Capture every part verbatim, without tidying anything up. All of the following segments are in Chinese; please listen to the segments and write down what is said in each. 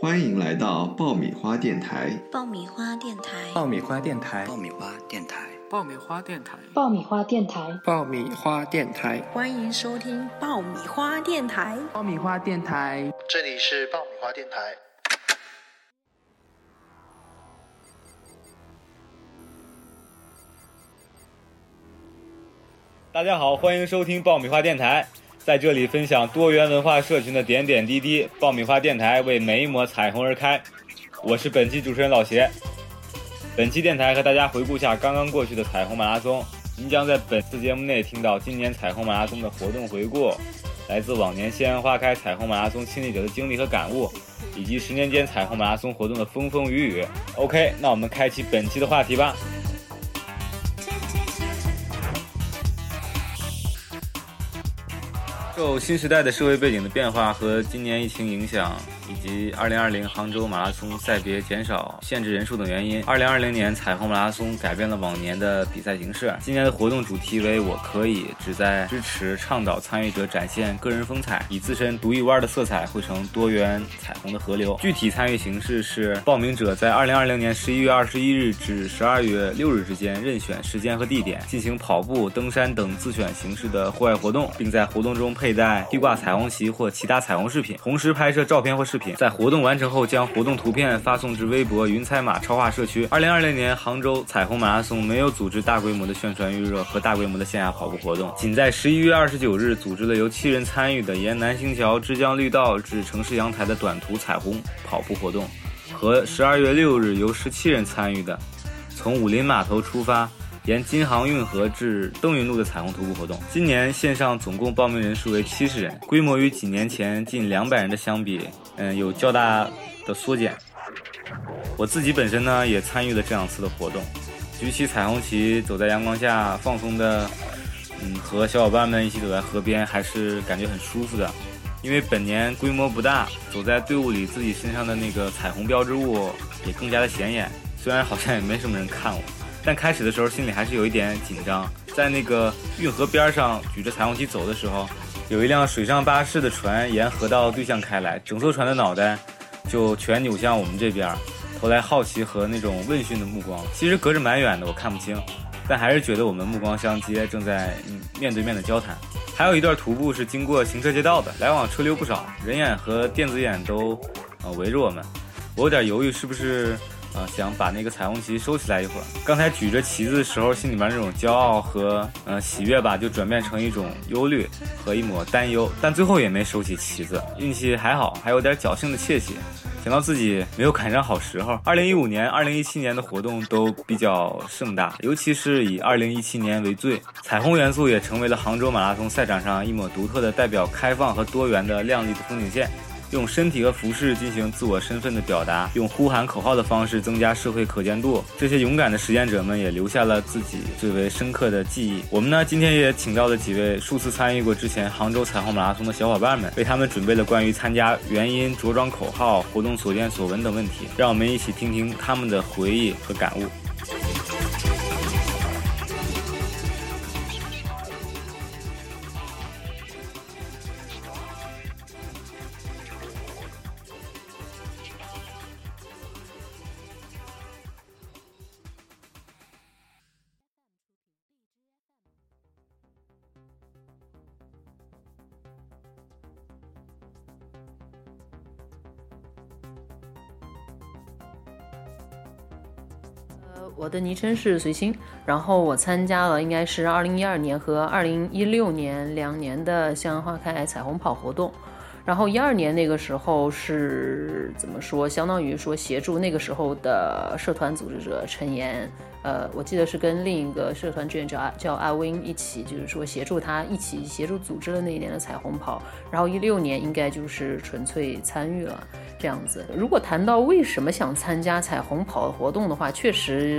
欢迎来到爆米花电台。 爆米花电台， 爆米花电台， 爆米花电台， 爆米花电台， 爆米花电台， 爆米花电台， 欢迎收听爆米花电台。 爆米花电台， 这里是爆米花电台。 大家好，欢迎收听爆米花电台，在这里分享多元文化社群的点点滴滴。爆米花电台为每一抹彩虹而开，我是本期主持人老邪。本期电台和大家回顾下刚刚过去的彩虹马拉松，您将在本次节目内听到今年彩虹马拉松的活动回顾，来自往年鲜花开彩虹马拉松亲历者的经历和感悟，以及十年间彩虹马拉松活动的风风雨雨。 OK， 那我们开启本期的话题吧。受新时代的社会背景的变化和今年疫情影响，以及二零二零杭州马拉松赛别减少限制人数等原因，二零二零年彩虹马拉松改变了往年的比赛形式。今年的活动主题为我可以，旨在支持倡导参与者展现个人风采，以自身独一无二的色彩汇成多元彩虹的河流。具体参与形式是报名者在二零二零年十一月二十一日至十二月六日之间任选时间和地点，进行跑步、登山等自选形式的户外活动，并在活动中佩戴披挂彩虹旗或其他彩虹饰品，同时拍摄照片或视频，在活动完成后将活动图片发送至微博云彩码超话社区。二零二零年杭州彩虹马拉松没有组织大规模的宣传预热和大规模的线下跑步活动，仅在十一月二十九日组织了由七人参与的沿南星桥之江绿道至城市阳台的短途彩虹跑步活动，和十二月六日由十七人参与的从武林码头出发沿京杭运河至登云路的彩虹徒步活动。今年线上总共报名人数为七十人，规模与几年前近两百人的相比，嗯，有较大的缩减。我自己本身呢，也参与了这两次的活动，举起彩虹旗，走在阳光下，放松的，嗯，和小伙伴们一起走在河边，还是感觉很舒服的。因为本年规模不大，走在队伍里，自己身上的那个彩虹标志物也更加的显眼。虽然好像也没什么人看我，但开始的时候心里还是有一点紧张。在那个运河边上举着彩虹旗走的时候，有一辆水上巴士的船沿河道对向开来，整艘船的脑袋就全扭向我们这边，投来好奇和那种问讯的目光。其实隔着蛮远的，我看不清，但还是觉得我们目光相接，正在、嗯、面对面的交谈。还有一段徒步是经过行车街道的，来往车流不少，人眼和电子眼都、呃、围着我们。我有点犹豫是不是呃，想把那个彩虹旗收起来一会儿。刚才举着旗子的时候，心里面那种骄傲和呃喜悦吧，就转变成一种忧虑和一抹担忧。但最后也没收起旗子，运气还好，还有点侥幸的窃喜。想到自己没有赶上好时候。二零一五年、二零一七年的活动都比较盛大，尤其是以二零一七年为最，彩虹元素也成为了杭州马拉松赛场上一抹独特的代表开放和多元的亮丽的风景线。用身体和服饰进行自我身份的表达，用呼喊口号的方式增加社会可见度。这些勇敢的实践者们也留下了自己最为深刻的记忆。我们呢，今天也请到了几位数次参与过之前杭州彩虹马拉松的小伙伴们，为他们准备了关于参加原因、着装口号、活动所见所闻等问题，让我们一起听听他们的回忆和感悟。 我的昵称是随心，然后我参加了应该是二零一二年和二零一六年两年的向阳花开彩虹跑活动。然后一二年那个时候是怎么说，相当于说协助那个时候的社团组织者陈岩，呃，我记得是跟另一个社团志愿者叫阿 Win 一起，就是说协助他一起协助组织了那一年的彩虹跑。然后一六年应该就是纯粹参与了这样子。如果谈到为什么想参加彩虹跑活动的话，确实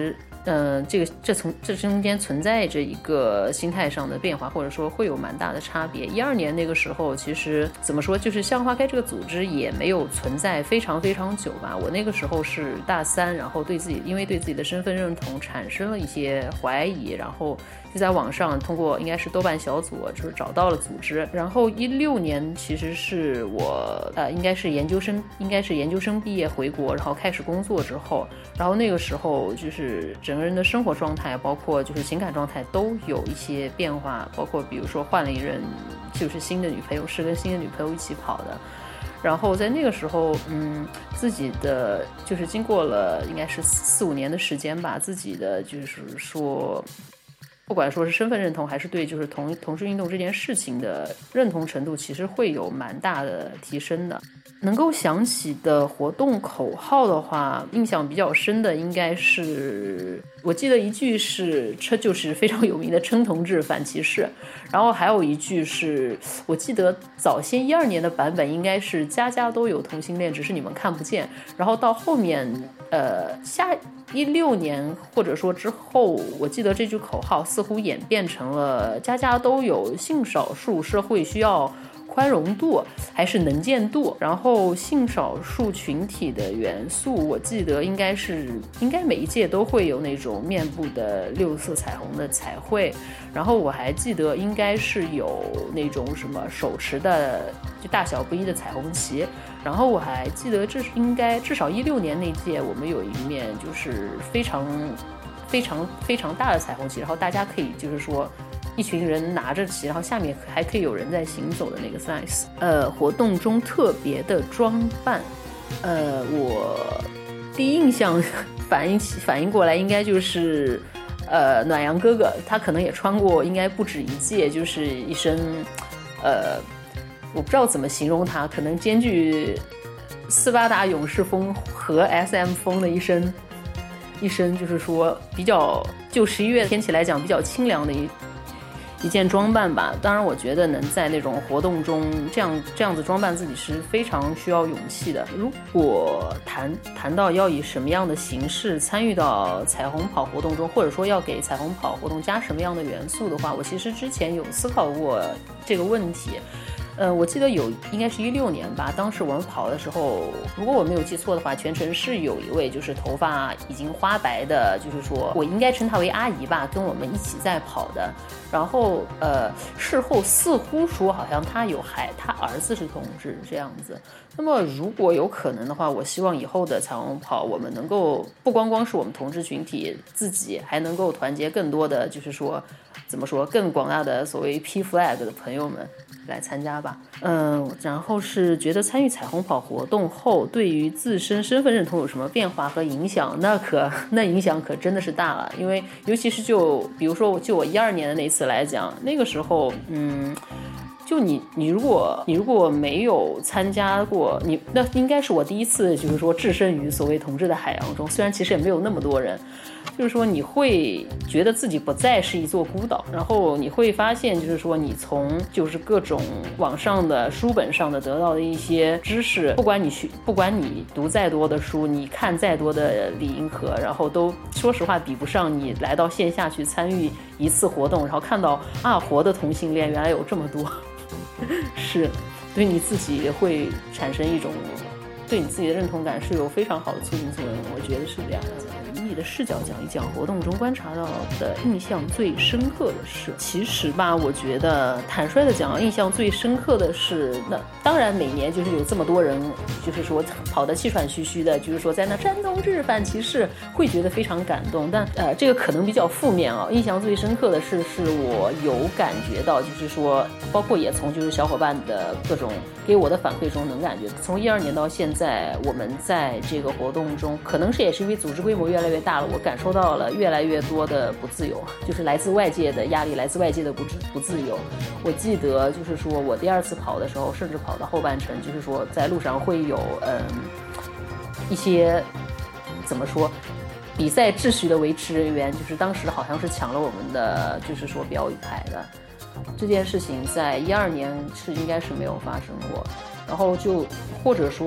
呃，这个这从这中间存在着一个心态上的变化，或者说会有蛮大的差别。一二年那个时候，其实怎么说，就是向花开这个组织也没有存在非常非常久吧。我那个时候是大三，然后对自己因为对自己的身份认同产生了一些怀疑，然后就在网上通过应该是豆瓣小组，就是找到了组织。然后一六年其实是我呃应该是研究生，应该是研究生毕业回国，然后开始工作之后，然后那个时候就是整个人的生活状态，包括就是情感状态都有一些变化，包括比如说换了一任就是新的女朋友，是跟新的女朋友一起跑的。然后在那个时候，嗯，自己的就是经过了应该是四五年的时间吧，自己的就是说。不管说是身份认同，还是对就是同同志运动这件事情的认同程度，其实会有蛮大的提升的。能够想起的活动口号的话，印象比较深的应该是，我记得一句是这就是非常有名的称同志反歧视，然后还有一句是我记得早先一二年的版本应该是家家都有同性恋，只是你们看不见，然后到后面呃下一六年或者说之后，我记得这句口号似乎演变成了家家都有性少数社会需要宽容度还是能见度，然后性少数群体的元素我记得应该是应该每一届都会有那种面部的六色彩虹的彩绘，然后我还记得应该是有那种什么手持的就大小不一的彩虹旗，然后我还记得这是应该至少一六年那届我们有一面就是非常非常非常大的彩虹旗，然后大家可以就是说一群人拿着旗，然后下面还可以有人在行走的那个 size。呃，活动中特别的装扮，呃，我第一印象反应反应过来，应该就是呃暖阳哥哥，他可能也穿过，应该不止一届，就是一身呃，我不知道怎么形容他，可能兼具斯巴达勇士风和 S M 风的一身，一身就是说比较就十一月天气来讲比较清凉的一。一件装扮吧，当然我觉得能在那种活动中这样这样子装扮自己是非常需要勇气的。如果谈谈到要以什么样的形式参与到彩虹跑活动中，或者说要给彩虹跑活动加什么样的元素的话，我其实之前有思考过这个问题。呃，我记得有应该是一六年吧，当时我们跑的时候，如果我没有记错的话，全程是有一位就是头发已经花白的，就是说我应该称她为阿姨吧，跟我们一起在跑的。然后呃，事后似乎说好像她有孩，她儿子是同志这样子。那么如果有可能的话，我希望以后的彩虹跑我们能够不光光是我们同志群体自己，还能够团结更多的就是说怎么说更广大的所谓 P flag 的朋友们来参加吧。嗯，然后是觉得参与彩虹跑活动后对于自身身份认同有什么变化和影响，那可那影响可真的是大了。因为尤其是就比如说就我一二年的那次来讲，那个时候嗯就你你如果你如果没有参加过，你那应该是我第一次就是说置身于所谓同志的海洋中，虽然其实也没有那么多人，就是说你会觉得自己不再是一座孤岛，然后你会发现就是说你从就是各种网上的书本上的得到的一些知识，不管你去不管你读再多的书，你看再多的李银河，然后都说实话比不上你来到线下去参与一次活动，然后看到啊活的同性恋原来有这么多是对你自己会产生一种对你自己的认同感是有非常好的促进作用，我觉得是这样子。以你的视角讲一讲活动中观察到的印象最深刻的事。其实吧，我觉得坦率的讲，印象最深刻的是，那当然每年就是有这么多人，就是说跑得气喘吁吁的，就是说在那战同志反歧视，会觉得非常感动。但呃，这个可能比较负面啊。印象最深刻的是，是我有感觉到，就是说，包括也从就是小伙伴的各种给我的反馈中能感觉，从一二年到现在，我们在这个活动中，可能是也是因为组织规模越来越大了，我感受到了越来越多的不自由，就是来自外界的压力，来自外界的不不自由。我记得就是说我第二次跑的时候，甚至跑到后半程，就是说在路上会有嗯一些怎么说比赛秩序的维持人员，就是当时好像是抢了我们的就是说标语牌的。这件事情在一二年是应该是没有发生过，然后就或者说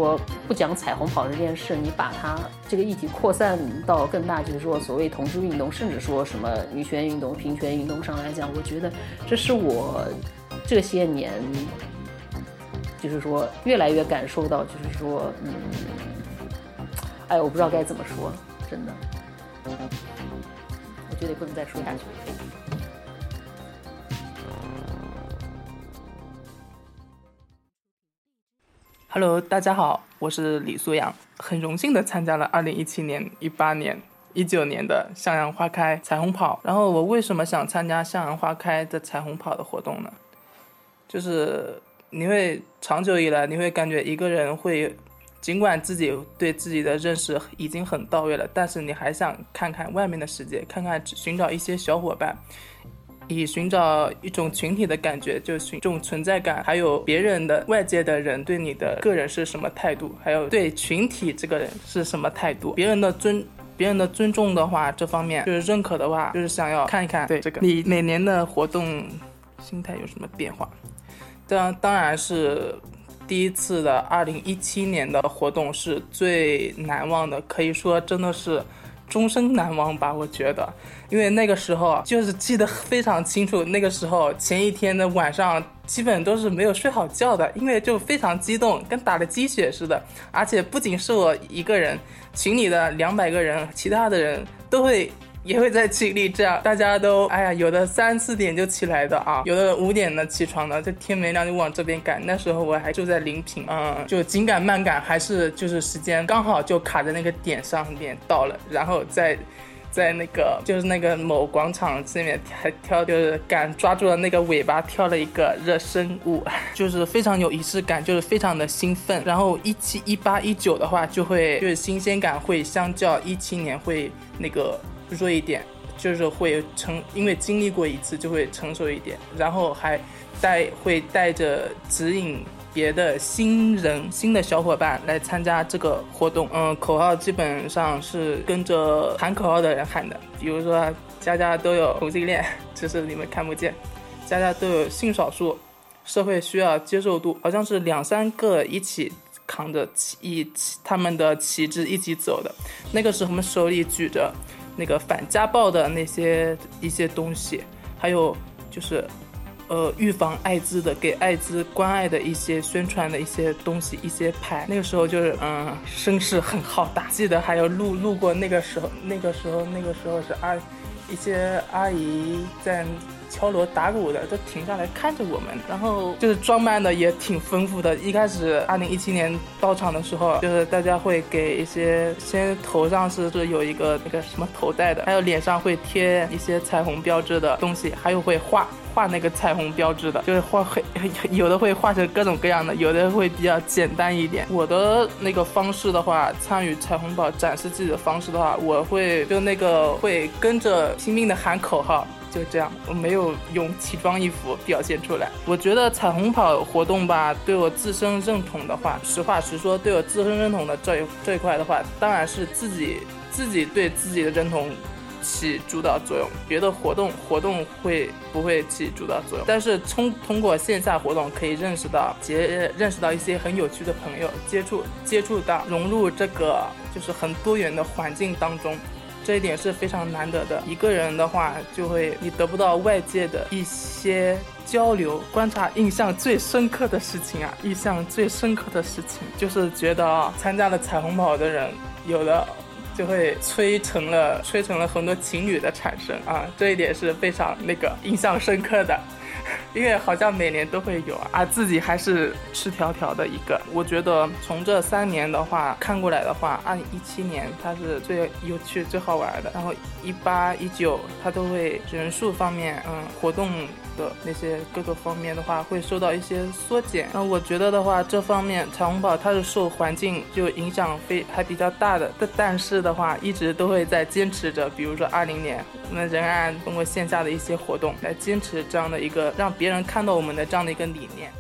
不讲彩虹跑这件事，你把它这个议题扩散到更大，就是说所谓同志运动，甚至说什么女权运动、平权运动上来讲，我觉得这是我这些年就是说越来越感受到，就是说嗯，哎，我不知道该怎么说，真的，我觉得也不能再说下去了。 Hello， 大家好，我是李素阳，很荣幸的参加了二零一七年、一八年、一九年的向阳花开彩虹跑。然后我为什么想参加向阳花开的彩虹跑的活动呢？就是你会长久以来，你会感觉一个人会，尽管自己对自己的认识已经很到位了，但是你还想看看外面的世界，看看寻找一些小伙伴。以寻找一种群体的感觉，就是一种存在感，还有别人的外界的人对你的个人是什么态度，还有对群体这个人是什么态度，别人的尊别人的尊重的话，这方面就是认可的话，就是想要看一看对这个你每年的活动心态有什么变化。当当然是第一次的二零一七年的活动是最难忘的，可以说真的是终生难忘吧，我觉得。因为那个时候就是记得非常清楚，那个时候前一天的晚上基本都是没有睡好觉的，因为就非常激动，跟打了鸡血似的。而且不仅是我一个人，群里的两百个人，其他的人都会也会在群里这样，大家都哎呀，有的三四点就起来的啊，有的五点的起床的，这天没亮就往这边赶。那时候我还住在临平，嗯，就紧赶慢赶，还是就是时间刚好就卡在那个点上面到了，然后再在那个就是那个某广场这边还跳，就是赶抓住了那个尾巴跳了一个热身舞，就是非常有仪式感，就是非常的兴奋。然后一七一八一九的话就会就是新鲜感会相较一七年会那个弱一点，就是会成因为经历过一次就会成熟一点，然后还带会带着指引别的新人新的小伙伴来参加这个活动。嗯，口号基本上是跟着喊口号的人喊的，比如说家家都有同性恋，只是你们看不见，家家都有性少数，社会需要接受度，好像是两三个一起扛着一他们的旗帜一起走的。那个时候我们手里举着那个反家暴的那些一些东西，还有就是呃，预防艾滋的，给艾滋关爱的一些宣传的一些东西，一些牌。那个时候就是嗯，声势很浩大。记得还有路路过那个时候，那个时候那个时候是阿一些阿姨在敲锣打鼓的，都停下来看着我们。然后就是装扮的也挺丰富的。一开始二零一七年到场的时候，就是大家会给一些，先头上是是有一个那个什么头带的，还有脸上会贴一些彩虹标志的东西，还有会画。画那个彩虹标志的，就是画会有的会画成各种各样的，有的会比较简单一点。我的那个方式的话，参与彩虹跑展示自己的方式的话，我会就那个会跟着拼命的喊口号，就这样，我没有用奇装异服表现出来。我觉得彩虹跑活动吧，对我自身认同的话，实话实说，对我自身认同的这一这一块的话，当然是自己自己对自己的认同起主导作用，别的活动活动会不会起主导作用？但是通通过线下活动可以认识到结认识到一些很有趣的朋友，接触接触到融入这个就是很多元的环境当中，这一点是非常难得的。一个人的话，就会你得不到外界的一些交流。观察印象最深刻的事情啊，印象最深刻的事情就是觉得啊，参加了彩虹跑的人，有的就会催成了催成了很多情侣的产生啊，这一点是非常那个印象深刻的，因为好像每年都会有啊，自己还是赤条条的一个。我觉得从这三年的话看过来的话，二零一七年它是最有趣最好玩的，然后一八一九它都会人数方面嗯活动的那些各个方面的话会受到一些缩减。那我觉得的话，这方面彩虹跑它是受环境就影响非还比较大的，但是的话一直都会在坚持着。比如说二零年我们仍然通过线下的一些活动来坚持这样的一个让别人看到我们的这样的一个理念。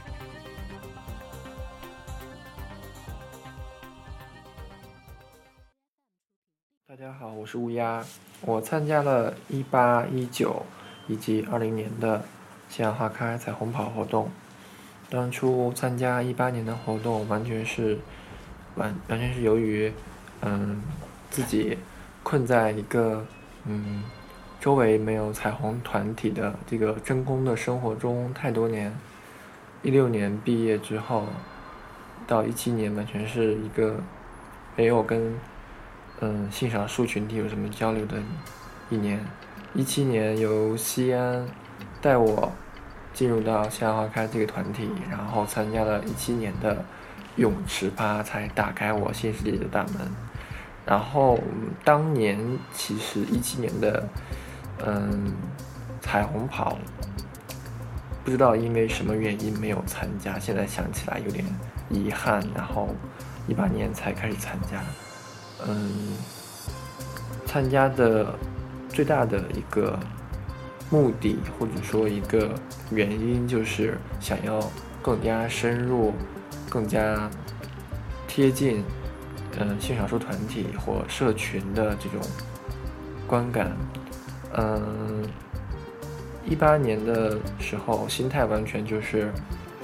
大家好，我是乌鸦，我参加了一八一九以及二零年的向阳花开彩虹跑活动。当初参加一八年的活动，完全是完完全是由于嗯自己困在一个嗯周围没有彩虹团体的这个真空的生活中太多年。一六年毕业之后，到一七年完全是一个没有跟嗯性少数群体有什么交流的一年。一七年由西安带我进入到向阳花开这个团体，然后参加了一七年的泳池趴，才打开我新世界的大门。然后当年其实一七年的嗯彩虹跑，不知道因为什么原因没有参加，现在想起来有点遗憾。然后一八年才开始参加，嗯，参加的最大的一个目的或者说一个原因，就是想要更加深入、更加贴近嗯性少数团体或社群的这种观感。嗯，一八年的时候，心态完全就是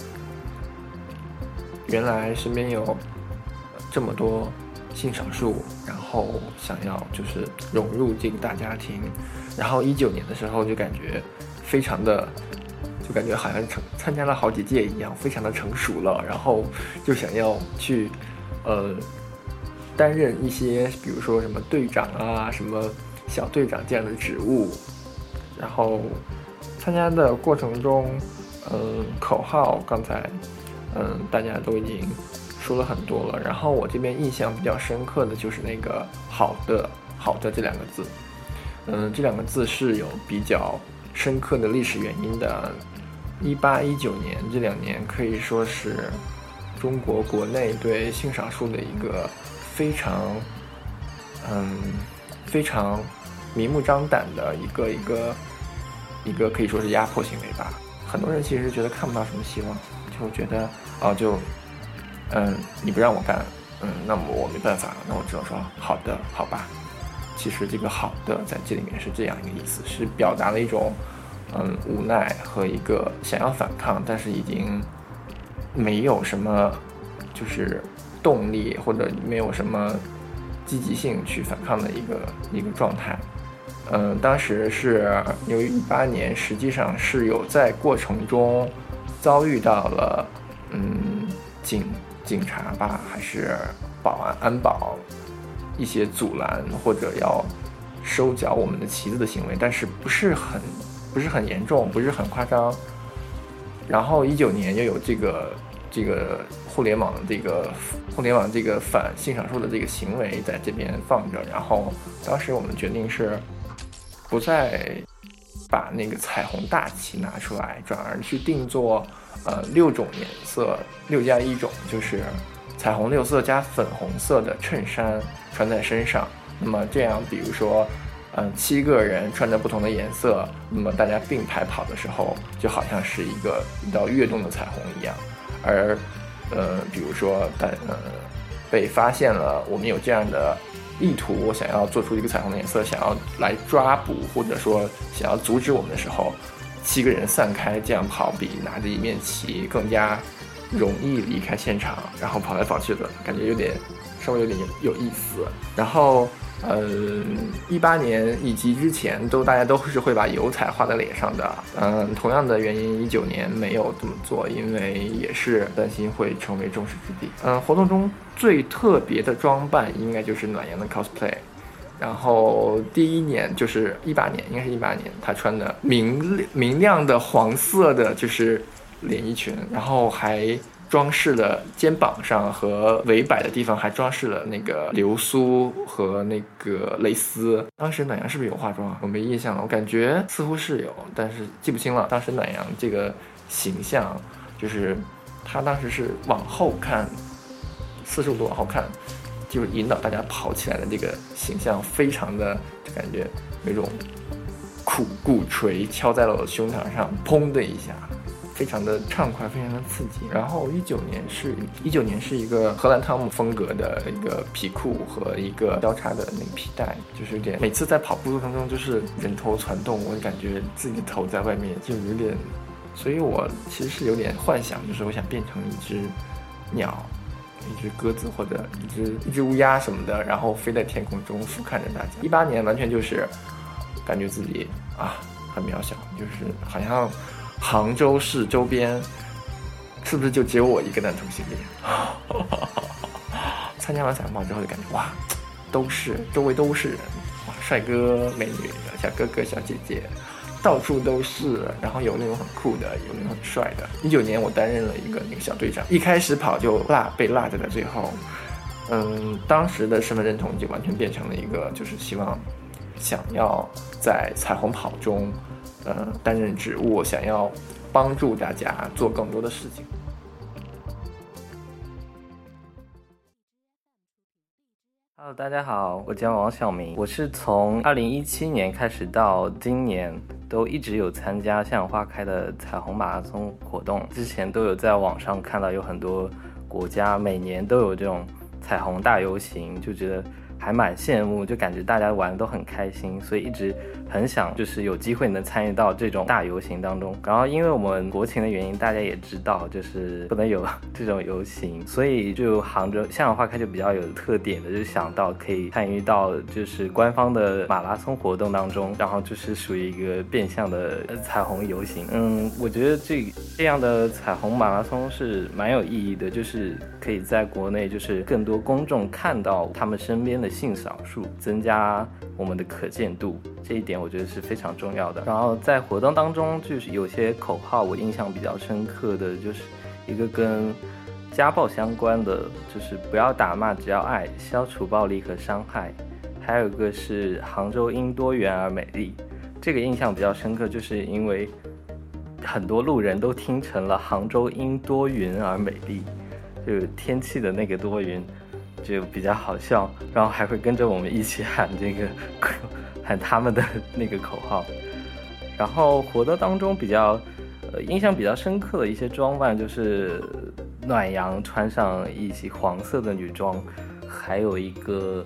原来身边有这么多性少数，然后想要就是融入这个大家庭。然后一九年的时候就感觉非常的，就感觉好像成参加了好几届一样，非常的成熟了。然后就想要去呃担任一些比如说什么队长啊、什么小队长这样的职务。然后参加的过程中，嗯，口号刚才嗯大家都已经说了很多了。然后我这边印象比较深刻的就是那个好的好的这两个字。嗯，这两个字是有比较深刻的历史原因的。一八一九年这两年可以说是中国国内对性少数的一个非常嗯非常明目张胆的一个一个一个可以说是压迫行为吧。很多人其实觉得看不到什么希望，就觉得哦就嗯你不让我干，嗯那么我没办法，那我只能说好的好吧。其实这个好的在这里面是这样一个意思，是表达了一种嗯无奈和一个想要反抗，但是已经没有什么就是动力或者没有什么积极性去反抗的一个一个状态。嗯，当时是由于一八年实际上是有在过程中遭遇到了嗯警警察吧还是保安安保一些阻拦或者要收缴我们的旗子的行为，但是不是很不是很严重，不是很夸张。然后一九年又有这个这个互联网的这个互联网这个反性少数的这个行为在这边放着，然后当时我们决定是不再把那个彩虹大旗拿出来，转而去定做呃六种颜色，六加一种，就是彩虹六色加粉红色的衬衫穿在身上。那么这样比如说嗯，七个人穿着不同的颜色，那么大家并排跑的时候就好像是一个一道跃动的彩虹一样。而呃比如说但呃被发现了我们有这样的意图，我想要做出一个彩虹的颜色，想要来抓捕或者说想要阻止我们的时候，七个人散开这样跑比拿着一面旗更加容易离开现场，然后跑来跑去的感觉有点稍微有点有意思。然后呃，一八年以及之前都大家都是会把油彩画在脸上的。嗯，同样的原因，一九年没有这么做，因为也是担心会成为众矢之的。嗯，活动中最特别的装扮应该就是暖阳的 cosplay。然后第一年就是一八年，应该是一八年，他穿的明明亮的黄色的，就是连衣裙，然后还装饰了肩膀上和围摆的地方还装饰了那个流苏和那个蕾丝。当时暖阳是不是有化妆啊？我没印象了，我感觉似乎是有，但是记不清了。当时暖阳这个形象，就是他当时是往后看，四十五度往后看，就是引导大家跑起来的这个形象，非常的就感觉有一种苦鼓锤敲在了我的胸膛上，砰的一下。非常的畅快，非常的刺激。然后一九年是一九年是一个荷兰汤姆风格的一个皮裤和一个交叉的那个皮带，就是有点每次在跑步过程中就是人头攒动，我感觉自己的头在外面就有点，所以我其实是有点幻想，就是我想变成一只鸟， 一只鸽子或者一只一只乌鸦什么的，然后飞在天空中俯瞰着大家。一八年完全就是感觉自己啊很渺小，就是好像杭州市周边是不是就只有我一个男同性恋？参加完彩虹跑之后就感觉哇，都是周围都是人，哇，帅哥美女，小哥哥小姐姐，到处都是。然后有那种很酷的，有那种很帅的。一九年我担任了一个那个小队长，一开始跑就落被落在了最后。嗯，当时的身份认同就完全变成了一个，就是希望想要在彩虹跑中，呃，担任职务，想要帮助大家做更多的事情。 Hello， 大家好，我叫王晓明，我是从二零一七年开始到今年都一直有参加向阳花开的彩虹马拉松活动，之前都有在网上看到有很多国家每年都有这种彩虹大游行，就觉得还蛮羡慕，就感觉大家玩得都很开心，所以一直很想就是有机会能参与到这种大游行当中。然后因为我们国情的原因，大家也知道就是不能有这种游行，所以就杭州向阳花开就比较有特点的，就想到可以参与到就是官方的马拉松活动当中，然后就是属于一个变相的彩虹游行。嗯，我觉得这这样的彩虹马拉松是蛮有意义的，就是可以在国内就是更多公众看到他们身边的性少数，增加我们的可见度，这一点我觉得是非常重要的。然后在活动当中就是有些口号我印象比较深刻的，就是一个跟家暴相关的，就是不要打骂只要爱，消除暴力和伤害。还有一个是杭州因多元而美丽，这个印象比较深刻，就是因为很多路人都听成了杭州因多云而美丽，就天气的那个多云就比较好笑，然后还会跟着我们一起喊这个喊他们的那个口号。然后活动当中比较呃印象比较深刻的一些装扮，就是暖阳穿上一袭黄色的女装，还有一个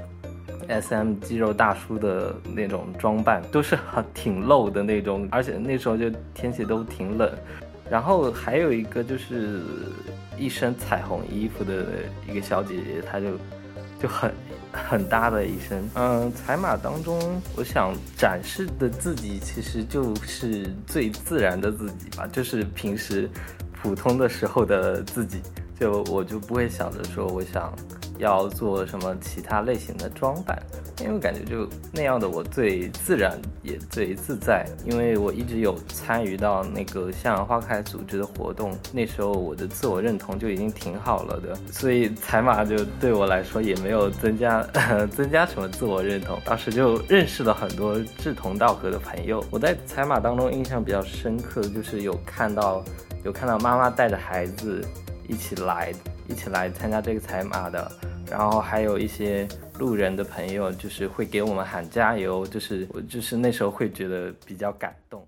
S M 肌肉大叔的那种装扮，都是很挺露的那种，而且那时候就天气都挺冷。然后还有一个就是一身彩虹衣服的一个小姐姐，她就就很很搭的一身。嗯，彩马当中我想展示的自己其实就是最自然的自己吧，就是平时普通的时候的自己，就我就不会想着说我想要做什么其他类型的装扮，因为我感觉就那样的我最自然也最自在。因为我一直有参与到那个向阳花开组织的活动，那时候我的自我认同就已经挺好了的，所以彩马就对我来说也没有增加、呃、增加什么自我认同。当时就认识了很多志同道合的朋友。我在彩马当中印象比较深刻的就是有看到有看到妈妈带着孩子一起来一起来参加这个彩马的，然后还有一些路人的朋友就是会给我们喊加油，就是我就是那时候会觉得比较感动。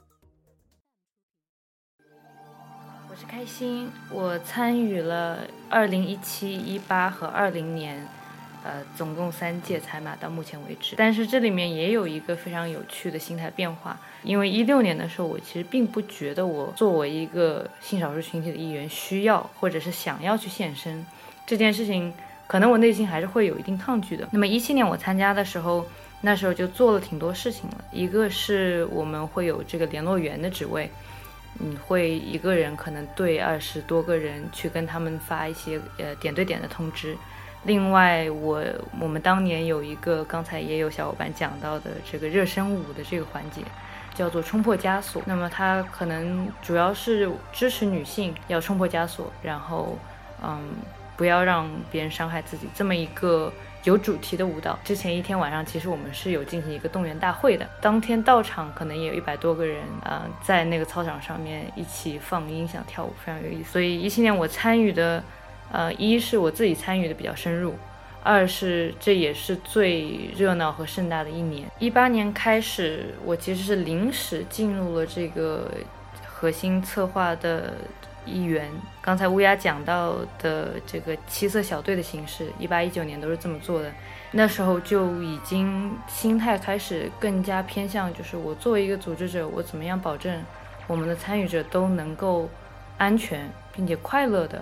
我是开心，我参与了二零一七、一八和二零年，呃，总共三届彩马到目前为止。但是这里面也有一个非常有趣的心态变化，因为一六年的时候，我其实并不觉得我作为一个性少数群体的一员需要或者是想要去献身这件事情，可能我内心还是会有一定抗拒的。那么一七年我参加的时候，那时候就做了挺多事情了。一个是我们会有这个联络员的职位，你会一个人可能对二十多个人去跟他们发一些呃点对点的通知。另外我我们当年有一个刚才也有小伙伴讲到的这个热身舞的这个环节，叫做冲破枷锁。那么它可能主要是支持女性要冲破枷锁，然后嗯不要让别人伤害自己，这么一个有主题的舞蹈。之前一天晚上其实我们是有进行一个动员大会的，当天到场可能也有一百多个人呃，在那个操场上面一起放音响跳舞，非常有意思。所以一七年我参与的呃，一是我自己参与的比较深入，二是这也是最热闹和盛大的一年。一八年开始我其实是临时进入了这个核心策划的一员，刚才乌鸦讲到的这个七色小队的形式，一八一九年都是这么做的。那时候就已经心态开始更加偏向，就是我作为一个组织者，我怎么样保证我们的参与者都能够安全并且快乐的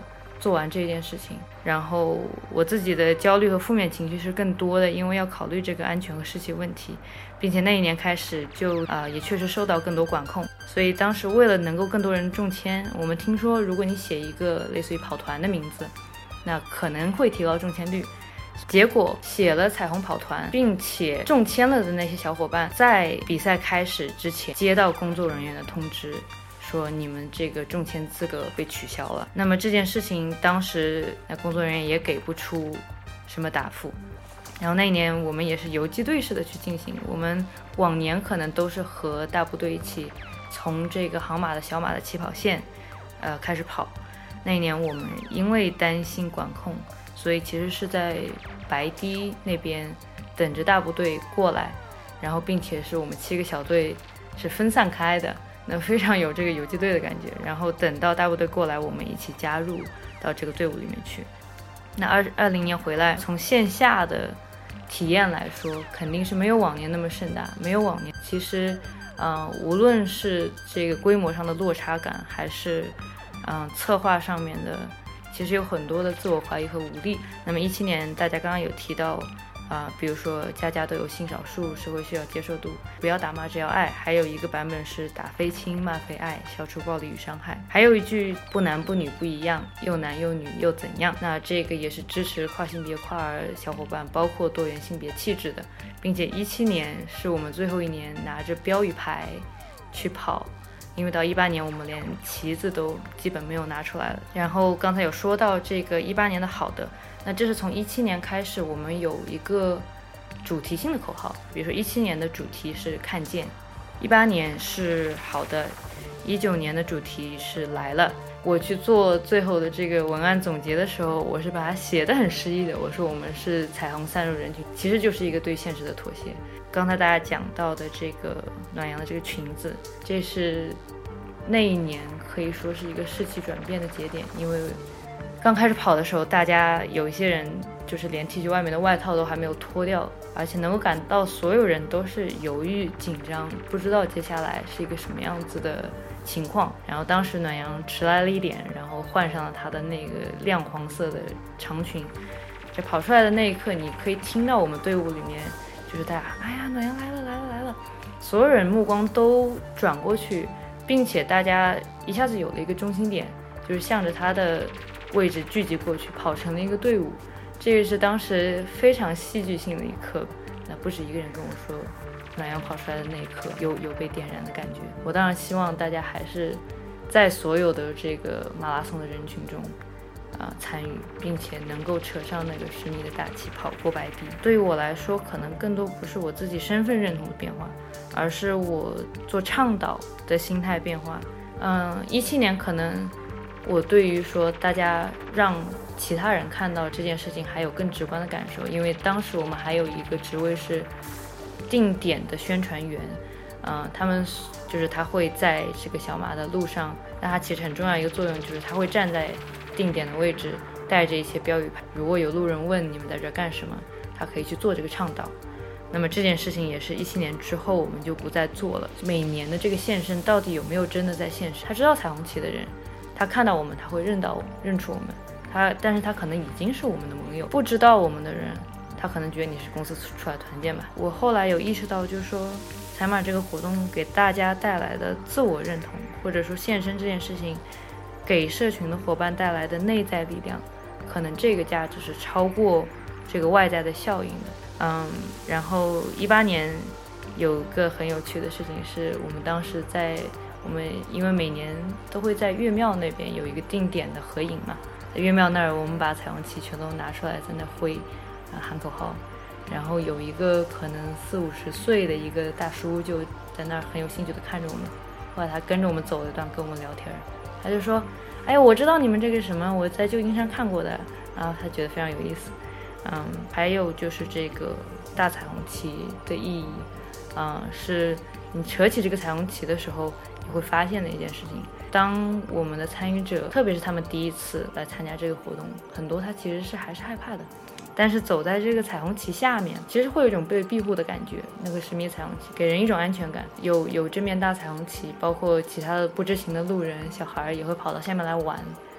做完这件事情。然后我自己的焦虑和负面情绪是更多的，因为要考虑这个安全和士气问题，并且那一年开始就啊、呃、也确实受到更多管控，所以当时为了能够更多人中签，我们听说如果你写一个类似于跑团的名字，那可能会提高中签率。结果写了彩虹跑团并且中签了的那些小伙伴，在比赛开始之前接到工作人员的通知，说你们这个中签资格被取消了。那么这件事情当时那工作人员也给不出什么答复。然后那一年我们也是游击队式的去进行，我们往年可能都是和大部队一起从这个航马的小马的起跑线呃开始跑。那一年我们因为担心管控，所以其实是在白堤那边等着大部队过来，然后并且是我们七个小队是分散开的，那非常有这个游击队的感觉。然后等到大部队过来，我们一起加入到这个队伍里面去。那二二零年回来，从线下的体验来说，肯定是没有往年那么盛大，没有往年。其实，嗯、呃，无论是这个规模上的落差感，还是嗯、呃、策划上面的，其实有很多的自我怀疑和无力。那么一七年大家刚刚有提到啊、呃，比如说家家都有性少数，社会需要接受度，不要打骂只要爱，还有一个版本是打非亲骂非爱，消除暴力与伤害，还有一句不男不女不一样，又男又女又怎样。那这个也是支持跨性别跨儿小伙伴，包括多元性别气质的，并且一七年是我们最后一年拿着标语牌去跑，因为到一八年我们连旗子都基本没有拿出来了。然后刚才有说到这个一八年的好的，那这是从一七年开始，我们有一个主题性的口号，比如说一七年的主题是看见，一八年是好的，一九年的主题是来了。我去做最后的这个文案总结的时候，我是把它写得很诗意的，我说我们是彩虹散入人群，其实就是一个对现实的妥协。刚才大家讲到的这个暖阳的这个裙子，这是那一年可以说是一个士气转变的节点，因为刚开始跑的时候，大家有一些人就是连 T 恤外面的外套都还没有脱掉，而且能够感到所有人都是犹豫紧张，不知道接下来是一个什么样子的情况。然后当时暖阳迟来了一点，然后换上了他的那个亮黄色的长裙，这跑出来的那一刻，你可以听到我们队伍里面就是大家哎呀暖阳来了来了来了，所有人目光都转过去，并且大家一下子有了一个中心点，就是向着他的位置聚集过去，跑成了一个队伍。这个是当时非常戏剧性的一刻，那不止一个人跟我说暖阳跑出来的那一刻有有被点燃的感觉。我当然希望大家还是在所有的这个马拉松的人群中啊、呃、参与，并且能够扯上那个十米的大旗跑过白堤。对于我来说，可能更多不是我自己身份认同的变化，而是我做倡导的心态变化。嗯，一七年可能我对于说大家让其他人看到这件事情还有更直观的感受，因为当时我们还有一个职位是定点的宣传员，嗯、呃，他们就是他会在这个小马的路上，那他其实很重要一个作用就是他会站在定点的位置，带着一些标语牌，如果有路人问你们在这干什么，他可以去做这个倡导。那么这件事情也是一七年之后我们就不再做了。每年的这个现身到底有没有真的在现身？他知道彩虹旗的人，他看到我们，他会认到我们，认出我们。他，但是他可能已经是我们的盟友。不知道我们的人，他可能觉得你是公司出来团建吧。我后来有意识到，就是说，彩马这个活动给大家带来的自我认同，或者说现身这件事情，给社群的伙伴带来的内在力量，可能这个价值是超过这个外在的效应的。嗯，然后一八年有个很有趣的事情是，我们当时在我们因为每年都会在岳庙那边有一个定点的合影嘛，在岳庙那儿我们把彩虹旗全都拿出来在那挥啊、呃、喊口号，然后有一个可能四五十岁的一个大叔就在那儿很有兴趣的看着我们，后来他跟着我们走了一段跟我们聊天，他就说哎我知道你们这个什么我在旧金山看过的，然后他觉得非常有意思。嗯，还有就是这个大彩虹旗的意义，嗯，是你扯起这个彩虹旗的时候你会发现的一件事情。当我们的参与者，特别是他们第一次来参加这个活动，很多他其实是还是害怕的，但是走在这个彩虹旗下面，其实会有一种被庇护的感觉。那个十米彩虹旗给人一种安全感，有有这面大彩虹旗，包括其他的不知情的路人小孩也会跑到下面来玩，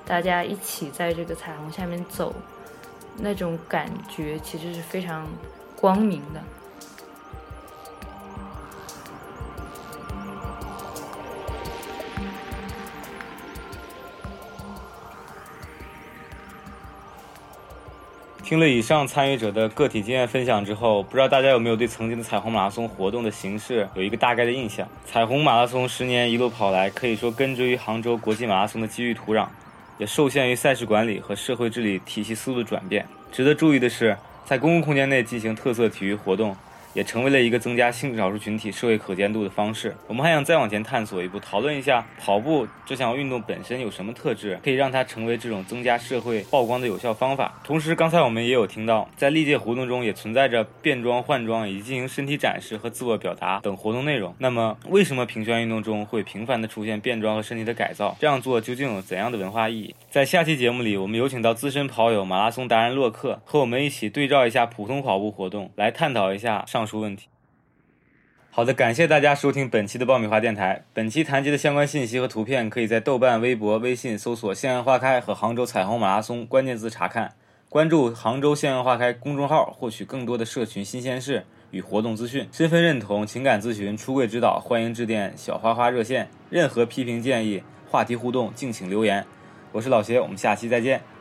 大家一起在这个彩虹下面走，那种感觉其实是非常光明的。 听了以上参与者的个体经验分享之后，不知道大家有没有对曾经的彩虹马拉松活动的形式有一个大概的印象。彩虹马拉松十年一路跑来，可以说根植于杭州国际马拉松的机遇土壤，也受限于赛事管理和社会治理体系思路的转变。值得注意的是，在公共空间内进行特色体育活动也成为了一个增加性少数群体社会可见度的方式。我们还想再往前探索一步，讨论一下跑步这项运动本身有什么特质，可以让它成为这种增加社会曝光的有效方法。同时，刚才我们也有听到，在历届活动中也存在着变装、换装以及进行身体展示和自我表达等活动内容。那么，为什么评选运动中会频繁地出现变装和身体的改造？这样做究竟有怎样的文化意义？在下期节目里，我们有请到资深跑友马拉松达人洛克，和我们一起对照一下普通跑步活动，来探讨一下上述问题。好的，感谢大家收听本期的爆米花电台。本期谈及的相关信息和图片可以在豆瓣、微博、微信搜索向阳花开和杭州彩虹马拉松关键字查看，关注杭州向阳花开公众号获取更多的社群新鲜事与活动资讯。身份认同、情感咨询、出柜指导，欢迎致电小花花热线，任何批评建议、话题互动敬请留言。我是老邪，我们下期再见。